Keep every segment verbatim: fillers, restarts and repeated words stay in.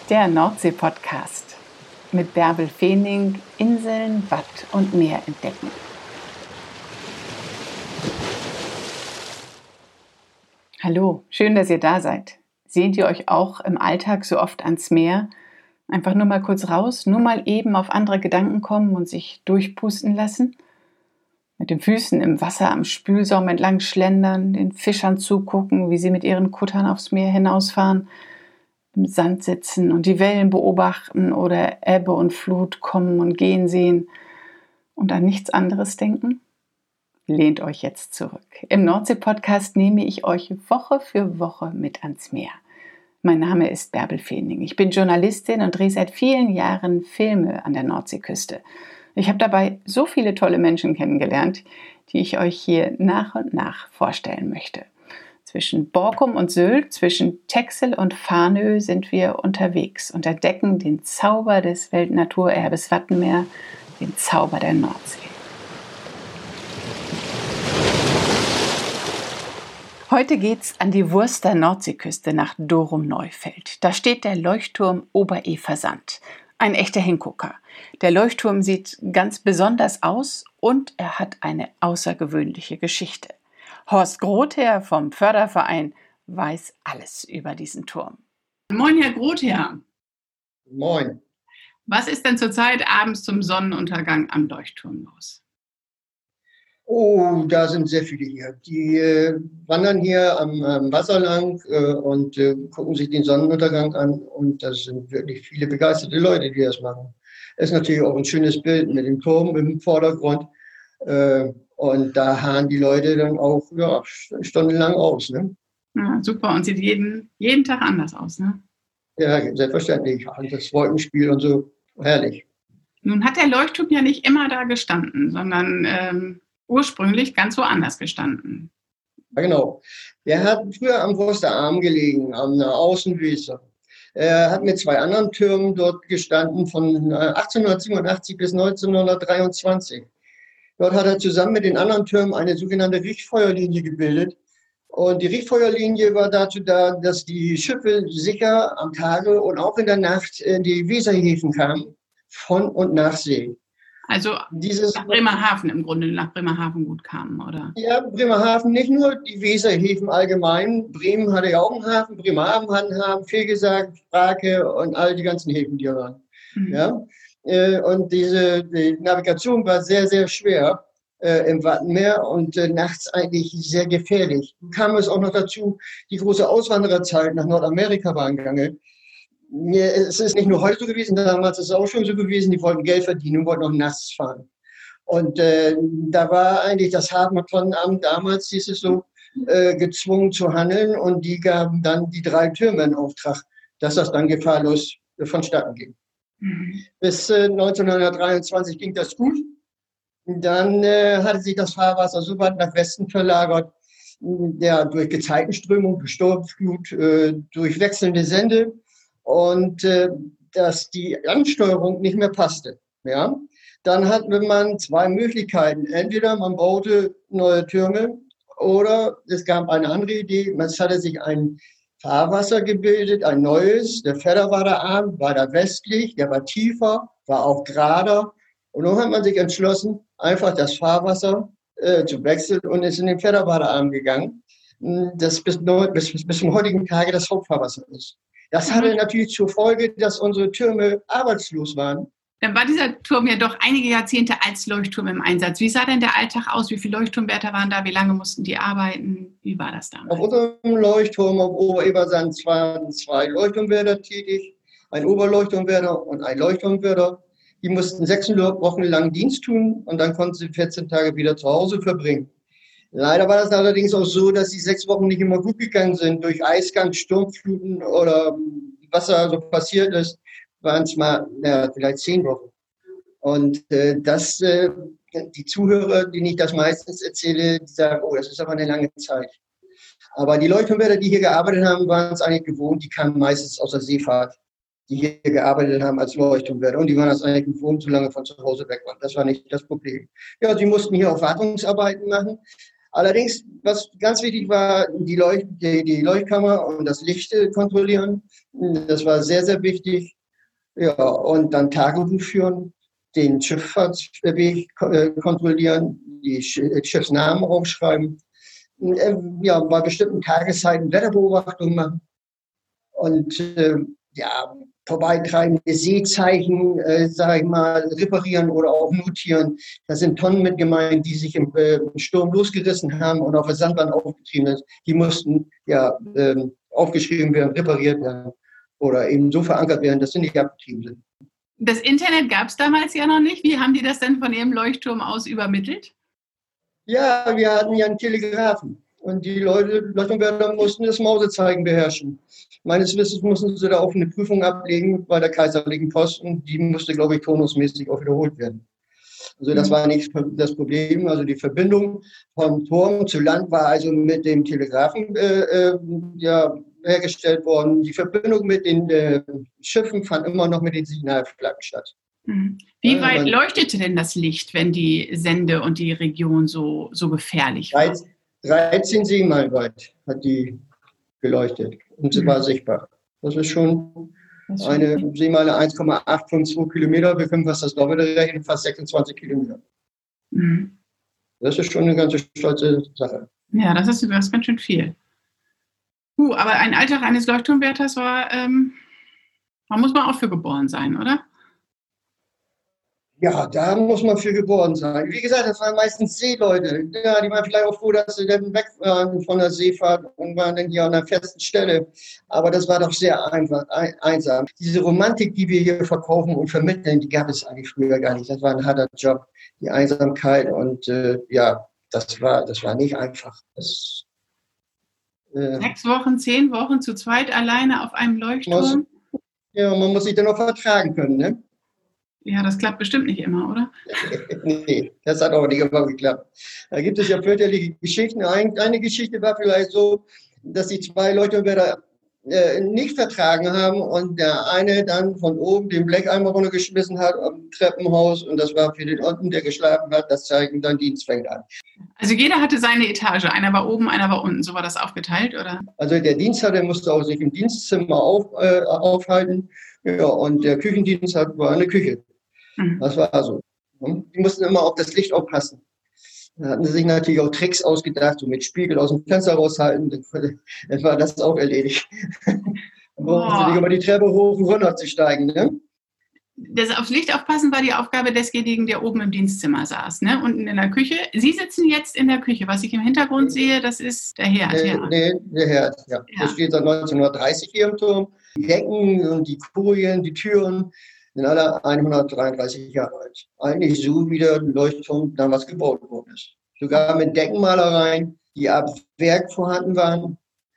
Der Nordsee-Podcast mit Bärbel Feening, Inseln, Watt und Meer entdecken. Hallo, schön, dass ihr da seid. Sehnt ihr euch auch im Alltag so oft ans Meer? Einfach nur mal kurz raus, nur mal eben auf andere Gedanken kommen und sich durchpusten lassen? Mit den Füßen im Wasser am Spülsaum entlang schlendern, den Fischern zugucken, wie sie mit ihren Kuttern aufs Meer hinausfahren, im Sand sitzen und die Wellen beobachten oder Ebbe und Flut kommen und gehen sehen und an nichts anderes denken? Lehnt euch jetzt zurück. Im Nordsee-Podcast nehme ich euch Woche für Woche mit ans Meer. Mein Name ist Bärbel Feening. Ich bin Journalistin und drehe seit vielen Jahren Filme an der Nordseeküste. Ich habe dabei so viele tolle Menschen kennengelernt, die ich euch hier nach und nach vorstellen möchte. Zwischen Borkum und Sylt, zwischen Texel und Farnö sind wir unterwegs und entdecken den Zauber des Weltnaturerbes Wattenmeer, den Zauber der Nordsee. Heute geht's an die Wurster Nordseeküste nach Dorum-Neufeld. Da steht der Leuchtturm Obereversand. Ein echter Hingucker. Der Leuchtturm sieht ganz besonders aus und er hat eine außergewöhnliche Geschichte. Horst Grother vom Förderverein weiß alles über diesen Turm. Moin, Herr Grother. Moin. Was ist denn zurzeit abends zum Sonnenuntergang am Leuchtturm los? Oh, da sind sehr viele hier. Die äh, wandern hier am, am Wasser lang äh, und äh, gucken sich den Sonnenuntergang an. Und das sind wirklich viele begeisterte Leute, die das machen. Es ist natürlich auch ein schönes Bild mit dem Turm im Vordergrund. Äh, und da harren die Leute dann auch ja, stundenlang aus. Ne? Ja, super. Und sieht jeden, jeden Tag anders aus, ne? Ja, selbstverständlich. Und das Wolkenspiel und so, herrlich. Nun hat der Leuchtturm ja nicht immer da gestanden, sondern ähm, ursprünglich ganz woanders gestanden. Ja, genau. Der hat früher am Wursterarm gelegen, an der Außenwiese. Er hat mit zwei anderen Türmen dort gestanden von achtzehnhundertsiebenundachtzig bis neunzehnhundertdreiundzwanzig. Dort hat er zusammen mit den anderen Türmen eine sogenannte Richtfeuerlinie gebildet. Und die Richtfeuerlinie war dazu da, dass die Schiffe sicher am Tage und auch in der Nacht in die Weserhäfen kamen, von und nach See. Also Dieses, nach Bremerhaven im Grunde, nach Bremerhaven gut kamen, oder? Ja, Bremerhaven nicht nur, die Weserhäfen allgemein. Bremen hatte ja auch einen Hafen, Bremerhaven hat einen Hafen, viel gesagt, Brake und all die ganzen Häfen, die waren. Mhm. Ja? Und diese die Navigation war sehr, sehr schwer äh, im Wattenmeer und äh, nachts eigentlich sehr gefährlich. Kam es auch noch dazu, die große Auswandererzeit nach Nordamerika war im Gange. Es ist nicht nur heute so gewesen, damals ist es auch schon so gewesen, die wollten Geld verdienen und wollten auch nachts fahren. Und äh, da war eigentlich das Hafenkontrollamt damals, hieß es so, äh, gezwungen zu handeln und die gaben dann die drei Türme in Auftrag, dass das dann gefahrlos äh, vonstatten ging. Mhm. Bis äh, neunzehnhundertdreiundzwanzig ging das gut. Dann äh, hatte sich das Fahrwasser so weit nach Westen verlagert, ja, durch Gezeitenströmung, durch Sturmflut, äh, durch wechselnde Sende, und äh, dass die Ansteuerung nicht mehr passte. Ja? Dann hatte man zwei Möglichkeiten. Entweder man baute neue Türme oder es gab eine andere Idee. Es hatte sich ein Fahrwasser gebildet, ein neues. Der Fedderwader Arm war da westlich, der war tiefer, war auch gerader. Und nun hat man sich entschlossen, einfach das Fahrwasser äh, zu wechseln und ist in den Fedderwader Arm gegangen, das bis, bis, bis zum heutigen Tage das Hauptfahrwasser ist. Das hatte natürlich zur Folge, dass unsere Türme arbeitslos waren. Dann war dieser Turm ja doch einige Jahrzehnte als Leuchtturm im Einsatz. Wie sah denn der Alltag aus? Wie viele Leuchtturmwärter waren da? Wie lange mussten die arbeiten? Wie war das damals? Auf unserem Leuchtturm auf Obereversand waren zwei Leuchtturmwärter tätig, ein Oberleuchtturmwärter und ein Leuchtturmwärter. Die mussten sechs Wochen lang Dienst tun und dann konnten sie vierzehn Tage wieder zu Hause verbringen. Leider war das allerdings auch so, dass die sechs Wochen nicht immer gut gegangen sind. Durch Eisgang, Sturmfluten oder was da so passiert ist, waren es mal ja, vielleicht zehn Wochen. Und äh, das, äh, die Zuhörer, denen ich das meistens erzähle, die sagen, oh, das ist aber eine lange Zeit. Aber die Leuchtturmwärter, die hier gearbeitet haben, waren es eigentlich gewohnt. Die kamen meistens aus der Seefahrt, die hier gearbeitet haben als Leuchtturmwärter. Und die waren das eigentlich gewohnt, so lange von zu Hause weg waren. Das war nicht das Problem. Ja, sie mussten hier auch Wartungsarbeiten machen. Allerdings, was ganz wichtig war, die, Leucht, die, die Leuchtkammer und das Licht äh, kontrollieren. Das war sehr, sehr wichtig. Ja, und dann Tagebuch führen, den Schifffahrtsweg äh, kontrollieren, die Sch- Schiffsnamen aufschreiben. Äh, ja, bei bestimmten Tageszeiten Wetterbeobachtungen machen. Und äh, ja, vorbeitreibende Seezeichen, äh, sage ich mal, reparieren oder auch notieren. Da sind Tonnen mit gemeint, die sich im, äh, im Sturm losgerissen haben und auf der Sandbahn aufgetrieben sind. Die mussten ja äh, aufgeschrieben werden, repariert werden oder eben so verankert werden, dass sie nicht abgetrieben sind. Das Internet gab es damals ja noch nicht. Wie haben die das denn von ihrem Leuchtturm aus übermittelt? Ja, wir hatten ja einen Telegrafen. Und die Leute, Leuchtturmwärter mussten das Mausezeichen beherrschen. Meines Wissens mussten sie da auch eine Prüfung ablegen bei der Kaiserlichen Post und die musste, glaube ich, turnusmäßig auch wiederholt werden. Also das war nicht das Problem. Also die Verbindung vom Turm zu Land war also mit dem Telegrafen äh, äh, ja, hergestellt worden. Die Verbindung mit den äh, Schiffen fand immer noch mit den Signalflaggen statt. Wie ja, weit leuchtete denn das Licht, wenn die Sende und die Region so, so gefährlich war? dreizehn Seemeilen weit hat die geleuchtet und sie mhm. war sichtbar. Das ist schon das ist eine schon Seemeile eins Komma acht fünf zwei Kilometer. Wir können fast das Doppelte rechnen, fast sechsundzwanzig Kilometer. Mhm. Das ist schon eine ganz stolze Sache. Ja, das ist, das ist ganz schön viel. Uh, aber ein Alltag eines Leuchtturmwärters war, ähm, da muss man auch für geboren sein, oder? Ja, da muss man für geboren sein. Wie gesagt, das waren meistens Seeleute. Ja, die waren vielleicht auch froh, dass sie dann weg waren von der Seefahrt und waren dann hier an einer festen Stelle. Aber das war doch sehr einfach, ein, einsam. Diese Romantik, die wir hier verkaufen und vermitteln, die gab es eigentlich früher gar nicht. Das war ein harter Job, die Einsamkeit und äh, ja, das war, das war nicht einfach. Das, äh, Sechs Wochen, zehn Wochen zu zweit alleine auf einem Leuchtturm? Muss, ja, man muss sich dann auch vertragen können, ne? Ja, das klappt bestimmt nicht immer, oder? Nee, das hat auch nicht immer geklappt. Da gibt es ja fürchterliche Geschichten. Eine Geschichte war vielleicht so, dass die zwei Leuchtturmwärter äh, nicht vertragen haben und der eine dann von oben den Blecheimer runtergeschmissen hat am Treppenhaus und das war für den unten, der geschlafen hat, das Zeichen, dann Dienst fängt an. Also jeder hatte seine Etage, einer war oben, einer war unten, so war das aufgeteilt, oder? Also der Dienstherr musste auch sich im Dienstzimmer auf, äh, aufhalten, ja, und der Küchendienst hat, war eine Küche. Das war so. Die mussten immer auf das Licht aufpassen. Da hatten sie sich natürlich auch Tricks ausgedacht, so mit Spiegel aus dem Fenster raushalten. Dann war das auch erledigt. Dann brauchten sie nicht über die Treppe hoch und runter zu steigen. Ne? Das aufs Licht aufpassen war die Aufgabe desjenigen, der oben im Dienstzimmer saß, ne? Unten in der Küche. Sie sitzen jetzt in der Küche. Was ich im Hintergrund sehe, das ist der Herd. Nee, ja. nee, der Herd, ja. ja. Das steht seit neunzehnhundertdreißig hier im Turm. Die Hecken und die Kojen, die Türen sind alle hundertdreiunddreißig Jahre alt. Eigentlich so, wie der Leuchtturm damals gebaut worden ist. Sogar mit Deckenmalereien, die ab Werk vorhanden waren.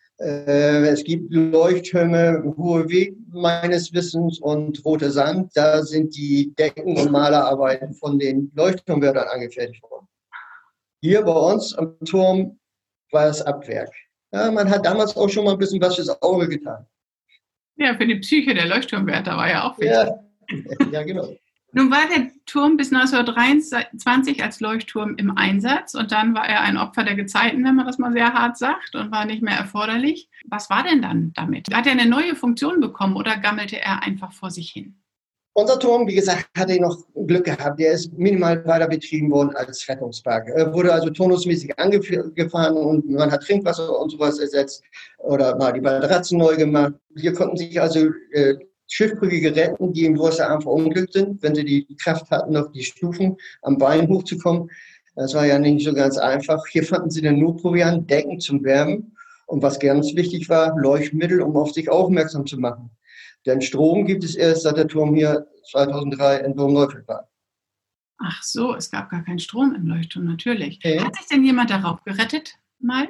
Äh, es gibt Leuchttürme, Hohe Weg meines Wissens und Rote Sand. Da sind die Decken- und Malerarbeiten von den Leuchtturmwärtern angefertigt worden. Hier bei uns am Turm war es ab Werk. Ja, man hat damals auch schon mal ein bisschen was fürs Auge getan. Ja, für die Psyche der Leuchtturmwärter war ja auch wichtig. Ja. Ja, genau. Nun war der Turm bis neunzehnhundertdreiundzwanzig als Leuchtturm im Einsatz und dann war er ein Opfer der Gezeiten, wenn man das mal sehr hart sagt, und war nicht mehr erforderlich. Was war denn dann damit? Hat er eine neue Funktion bekommen oder gammelte er einfach vor sich hin? Unser Turm, wie gesagt, hatte noch Glück gehabt. Der ist minimal weiter betrieben worden als Rettungspark. Er wurde also turnusmäßig angefahren und man hat Trinkwasser und sowas ersetzt oder mal die Matratzen neu gemacht. Hier konnten sich also äh, Schiffbrüchige retten, die im Wasserarm verunglückt sind, wenn sie die Kraft hatten, auf die Stufen am Bein hochzukommen. Das war ja nicht so ganz einfach. Hier fanden sie den Notproviant, Decken zum Wärmen und was ganz wichtig war, Leuchtmittel, um auf sich aufmerksam zu machen. Denn Strom gibt es erst, seit der Turm hier zweitausenddrei in Domneufeld war. Ach so, es gab gar keinen Strom im Leuchtturm, natürlich. Okay. Hat sich denn jemand darauf gerettet, mal?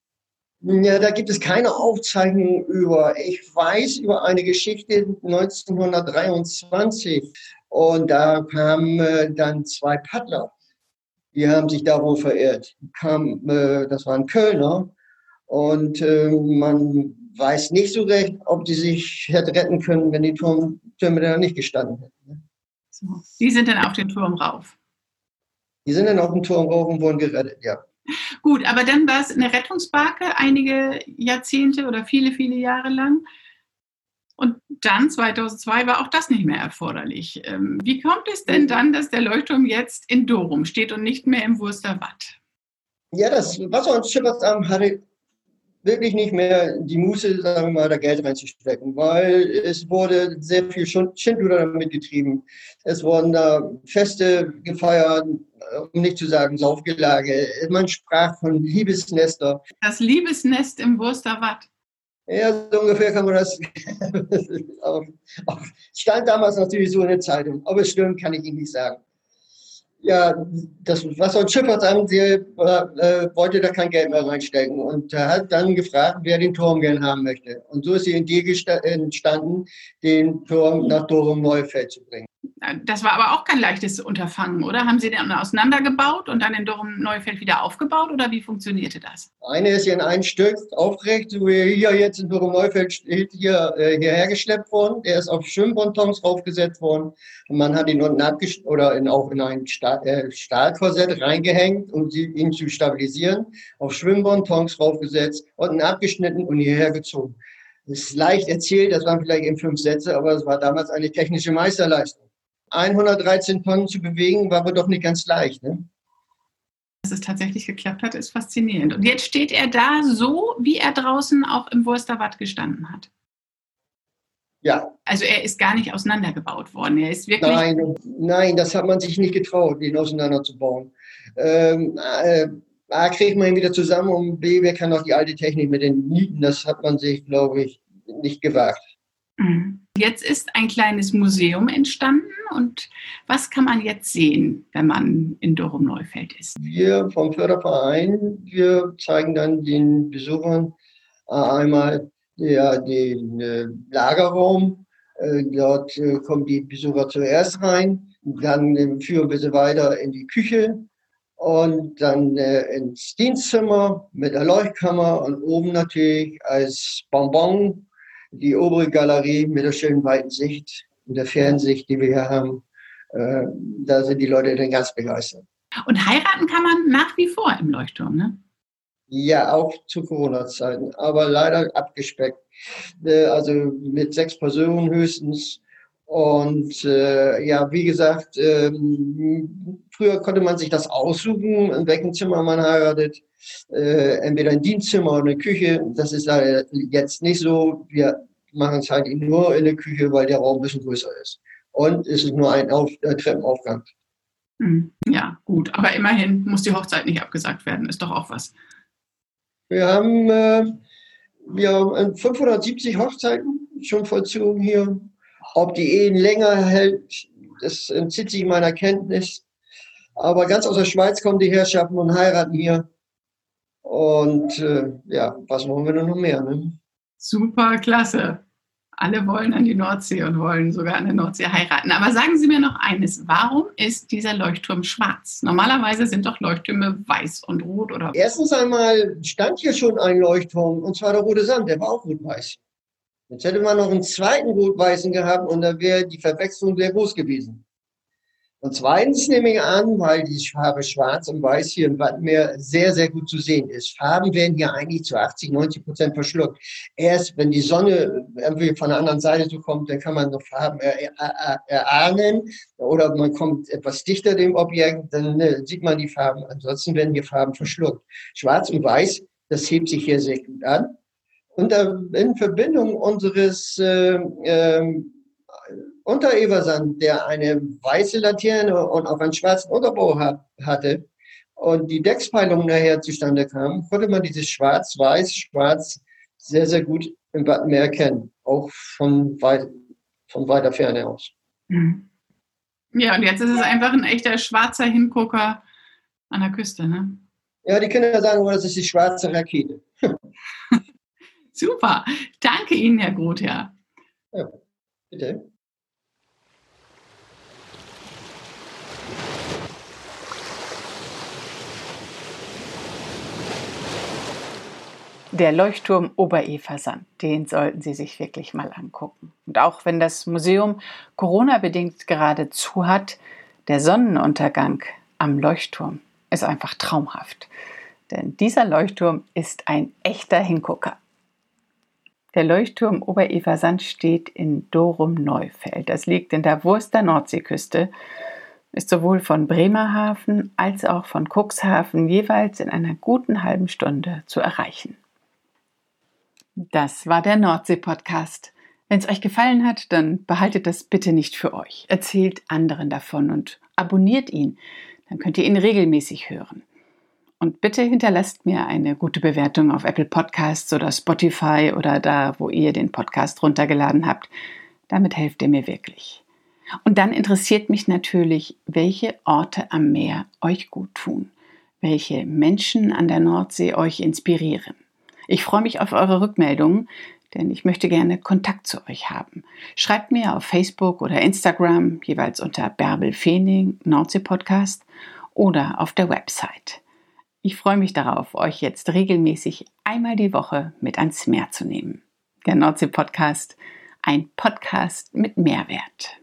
Ja, da gibt es keine Aufzeichnungen über. Ich weiß über eine Geschichte neunzehnhundertdreiundzwanzig und da kamen äh, dann zwei Paddler. Die haben sich da wohl verirrt. Kam, äh, das waren Kölner und äh, man weiß nicht so recht, ob die sich hätte retten können, wenn die Turm, Türme da nicht gestanden hätten. So. Die sind dann auf den Turm rauf? Die sind dann auf den Turm rauf und wurden gerettet, ja. Gut, aber dann war es eine Rettungsbarke einige Jahrzehnte oder viele, viele Jahre lang. Und dann zweitausendzwei war auch das nicht mehr erforderlich. Wie kommt es denn dann, dass der Leuchtturm jetzt in Dorum steht und nicht mehr im Wursterwatt? Ja, das Wasser- und Schifffahrtsamt hatte wirklich nicht mehr die Muße, sagen wir mal, da Geld reinzustecken, weil es wurde sehr viel Schindluder damit getrieben. Es wurden da Feste gefeiert, um nicht zu sagen Saufgelage. Man sprach von Liebesnester. Das Liebesnest im Wursterwatt. Ja, so ungefähr kann man das. Stand damals natürlich so in der Zeitung. Ob es stimmt, kann ich Ihnen nicht sagen. Ja, das Wasser- und Schifffahrtsamt äh, wollte da kein Geld mehr reinstecken und hat dann gefragt, wer den Turm gern haben möchte. Und so ist die Idee entstanden, den Turm nach Dorum-Neufeld zu bringen. Das war aber auch kein leichtes Unterfangen, oder? Haben Sie den auseinandergebaut und dann in Dorum-Neufeld wieder aufgebaut, oder wie funktionierte das? Eine ist hier in ein Stück aufrecht, so wie hier jetzt in Dorum-Neufeld steht, hier, äh, hierher geschleppt worden. Der ist auf Schwimmpontons draufgesetzt worden und man hat ihn unten abgesch- oder in, auch in ein Stahl, äh, Stahlkorsett reingehängt, um sie, ihn zu stabilisieren, auf Schwimmpontons draufgesetzt, unten abgeschnitten und hierher gezogen. Das ist leicht erzählt, das waren vielleicht eben fünf Sätze, aber es war damals eine technische Meisterleistung. hundertdreizehn Tonnen zu bewegen, war aber doch nicht ganz leicht, ne? Dass es tatsächlich geklappt hat, ist faszinierend. Und jetzt steht er da so, wie er draußen auch im Wursterwatt gestanden hat. Ja. Also er ist gar nicht auseinandergebaut worden. Er ist wirklich. Nein, nein, das hat man sich nicht getraut, ihn auseinanderzubauen. Ähm, äh, A, kriegt man ihn wieder zusammen und B, wer kann noch die alte Technik mit den Nieten, das hat man sich, glaube ich, nicht gewagt. Jetzt ist ein kleines Museum entstanden und was kann man jetzt sehen, wenn man in Dorum-Neufeld ist? Wir vom Förderverein, wir zeigen dann den Besuchern äh, einmal ja, den äh, Lagerraum. Äh, dort äh, kommen die Besucher zuerst rein, dann äh, führen wir sie weiter in die Küche und dann äh, ins Dienstzimmer mit der Leuchtkammer und oben natürlich als Bonbon die obere Galerie mit der schönen weiten Sicht und der Fernsicht, die wir hier haben. Äh, da sind die Leute dann ganz begeistert. Und heiraten kann man nach wie vor im Leuchtturm, ne? Ja, auch zu Corona-Zeiten, aber leider abgespeckt. Äh, also mit sechs Personen höchstens. Und äh, ja, wie gesagt, ähm, früher konnte man sich das aussuchen, in welchem Zimmer man heiratet. Äh, entweder ein Dienstzimmer oder eine Küche. Das ist leider jetzt nicht so. Wir machen es halt nur in der Küche, weil der Raum ein bisschen größer ist. Und es ist nur ein Auf- äh, Treppenaufgang. Ja, gut. Aber immerhin muss die Hochzeit nicht abgesagt werden. Ist doch auch was. Wir haben äh, wir fünfhundertsiebzig Hochzeiten schon vollzogen hier. Ob die Ehen länger hält, das entzieht sich meiner Kenntnis. Aber ganz aus der Schweiz kommen die Herrschaften und heiraten hier. Und äh, ja, was wollen wir denn noch mehr? Ne? Super, klasse. Alle wollen an die Nordsee und wollen sogar an der Nordsee heiraten. Aber sagen Sie mir noch eines. Warum ist dieser Leuchtturm schwarz? Normalerweise sind doch Leuchttürme weiß und rot, oder? Erstens einmal stand hier schon ein Leuchtturm, und zwar der Rote Sand, der war auch rot-weiß. Jetzt hätte man noch einen zweiten rot-weißen gehabt und da wäre die Verwechslung sehr groß gewesen. Und zweitens nehme ich an, weil die Farbe Schwarz und Weiß hier im Wattenmeer sehr, sehr gut zu sehen ist. Farben werden hier eigentlich zu achtzig, neunzig Prozent verschluckt. Erst wenn die Sonne irgendwie von der anderen Seite so kommt, dann kann man noch Farben erahnen oder man kommt etwas dichter dem Objekt, dann äh, sieht man die Farben. Ansonsten werden hier Farben verschluckt. Schwarz und Weiß, das hebt sich hier sehr gut an. Und äh, in Verbindung unseres äh, äh, Unter-Eversand, der eine weiße Laterne und auch einen schwarzen Unterbau hat, hatte und die Deckspeilung nachher zustande kam, konnte man dieses Schwarz-Weiß-Schwarz sehr, sehr gut im Wattenmeer erkennen, auch von, weit, von weiter Ferne aus. Ja, und jetzt ist es einfach ein echter schwarzer Hingucker an der Küste, ne? Ja, die Kinder sagen, das ist die schwarze Rakete. Super, danke Ihnen, Herr Grotherr. Ja, bitte. Der Leuchtturm Ober-Eversand, den sollten Sie sich wirklich mal angucken. Und auch wenn das Museum Corona-bedingt gerade zu hat, der Sonnenuntergang am Leuchtturm ist einfach traumhaft. denn dieser Leuchtturm ist ein echter Hingucker. Der Leuchtturm Ober-Eversand steht in Dorum-Neufeld. Das liegt in der Wurster Nordseeküste, ist sowohl von Bremerhaven als auch von Cuxhaven jeweils in einer guten halben Stunde zu erreichen. Das war der Nordsee-Podcast. Wenn es euch gefallen hat, dann behaltet das bitte nicht für euch. Erzählt anderen davon und abonniert ihn, dann könnt ihr ihn regelmäßig hören. Und bitte hinterlasst mir eine gute Bewertung auf Apple Podcasts oder Spotify oder da, wo ihr den Podcast runtergeladen habt. Damit helft ihr mir wirklich. Und dann interessiert mich natürlich, welche Orte am Meer euch gut tun, welche Menschen an der Nordsee euch inspirieren. Ich freue mich auf eure Rückmeldungen, denn ich möchte gerne Kontakt zu euch haben. Schreibt mir auf Facebook oder Instagram, jeweils unter Bärbel Feening, Nordsee-Podcast oder auf der Website. Ich freue mich darauf, euch jetzt regelmäßig einmal die Woche mit ans Meer zu nehmen. Der Nordsee-Podcast, ein Podcast mit Mehrwert.